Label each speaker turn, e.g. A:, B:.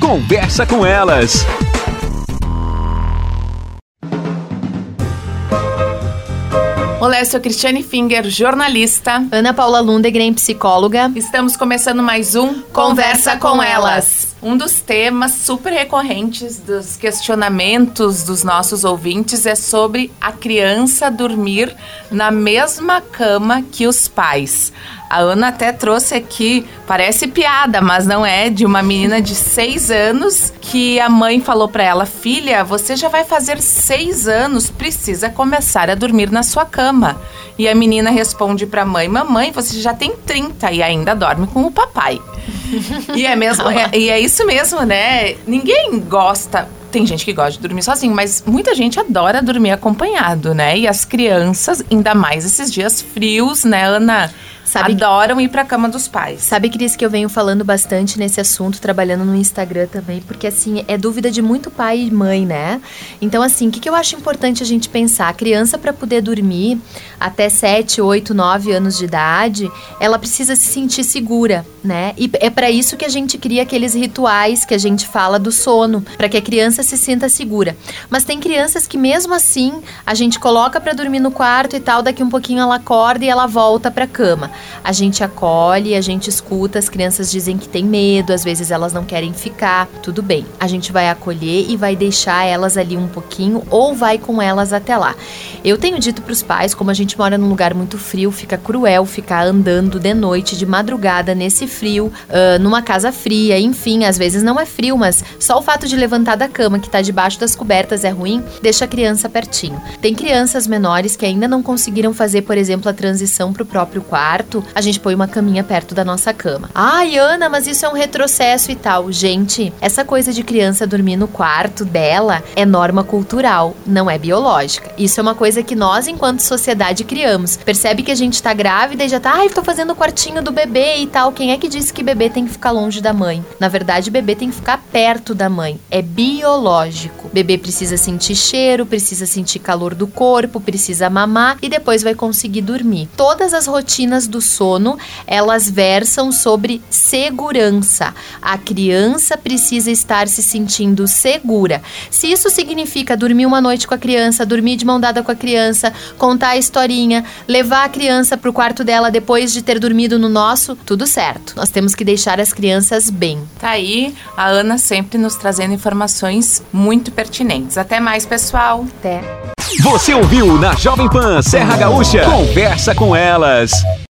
A: Conversa com Elas.
B: Olá, eu sou Cristiane Finger, jornalista.
C: Ana Paula Lundegren, psicóloga.
B: Estamos começando mais um
C: Conversa com Elas.
B: Um dos temas super recorrentes dos questionamentos dos nossos ouvintes é sobre a criança dormir na mesma cama que os pais. A Ana até trouxe aqui, parece piada, mas não é, de uma menina de 6 anos que a mãe falou pra ela: filha, você já vai fazer 6 anos, precisa começar a dormir na sua cama. E a menina responde pra mãe: mamãe, você já tem 30 e ainda dorme com o papai. E é isso mesmo, né? Ninguém gosta. Tem gente que gosta de dormir sozinho, mas muita gente adora dormir acompanhado, né? E as crianças, ainda mais esses dias frios, né, Ana? Adoram ir pra cama dos pais.
C: Sabe, Cris, que eu venho falando bastante nesse assunto, trabalhando no Instagram também, porque, assim, é dúvida de muito pai e mãe, né? Então, assim, o que eu acho importante a gente pensar? A criança, para poder dormir até 7, 8, 9 anos de idade, ela precisa se sentir segura, né? E é para isso que a gente cria aqueles rituais que a gente fala do sono, para que a criança se sinta segura. Mas tem crianças que, mesmo assim, a gente coloca para dormir no quarto e tal, daqui um pouquinho ela acorda e ela volta pra cama. A gente acolhe, a gente escuta, as crianças dizem que tem medo, às vezes elas não querem ficar, tudo bem. A gente vai acolher e vai deixar elas ali um pouquinho ou vai com elas até lá. Eu tenho dito pros pais, como a gente mora num lugar muito frio, fica cruel ficar andando de noite, de madrugada, nesse frio, numa casa fria, enfim, às vezes não é frio, mas só o fato de levantar da cama, que tá debaixo das cobertas, é ruim, deixa a criança pertinho. Tem crianças menores que ainda não conseguiram fazer, por exemplo, a transição pro próprio quarto. A gente põe uma caminha perto da nossa cama. Ai, Ana, mas isso é um retrocesso e tal. Gente, essa coisa de criança dormir no quarto dela é norma cultural, não é biológica. Isso é uma coisa que nós, enquanto sociedade, criamos. Percebe que a gente tá grávida e já tá, tô fazendo o quartinho do bebê e tal. Quem é que disse que bebê tem que ficar longe da mãe? Na verdade, bebê tem que ficar perto da mãe. É biológico. Bebê precisa sentir cheiro, precisa sentir calor do corpo, precisa mamar e depois vai conseguir dormir. Todas as rotinas do sono, elas versam sobre segurança. A criança precisa estar se sentindo segura. Se isso significa dormir uma noite com a criança, dormir de mão dada com a criança, contar a historinha, levar a criança pro quarto dela depois de ter dormido no nosso, tudo certo. Nós temos que deixar as crianças bem.
B: Tá aí a Ana sempre nos trazendo informações muito pertinentes. Até mais, pessoal.
C: Até.
A: Você ouviu na Jovem Pan Serra Gaúcha? Conversa com Elas.